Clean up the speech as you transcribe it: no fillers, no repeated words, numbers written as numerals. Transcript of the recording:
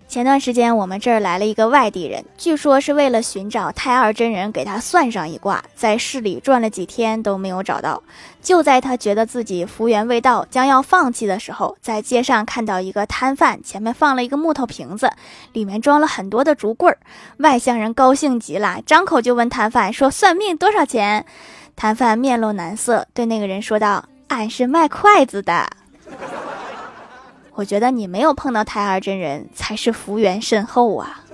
前段时间我们这儿来了一个外地人，据说是为了寻找太二真人给他算上一卦，在市里转了几天都没有找到。就在他觉得自己福缘未到，将要放弃的时候，在街上看到一个摊贩前面放了一个木头瓶子，里面装了很多的竹棍儿。外乡人高兴极了，张口就问摊贩说：“算命多少钱？”摊贩面露难色，对那个人说道：“俺是卖筷子的。”我觉得你没有碰到太二真人才是福缘深厚啊。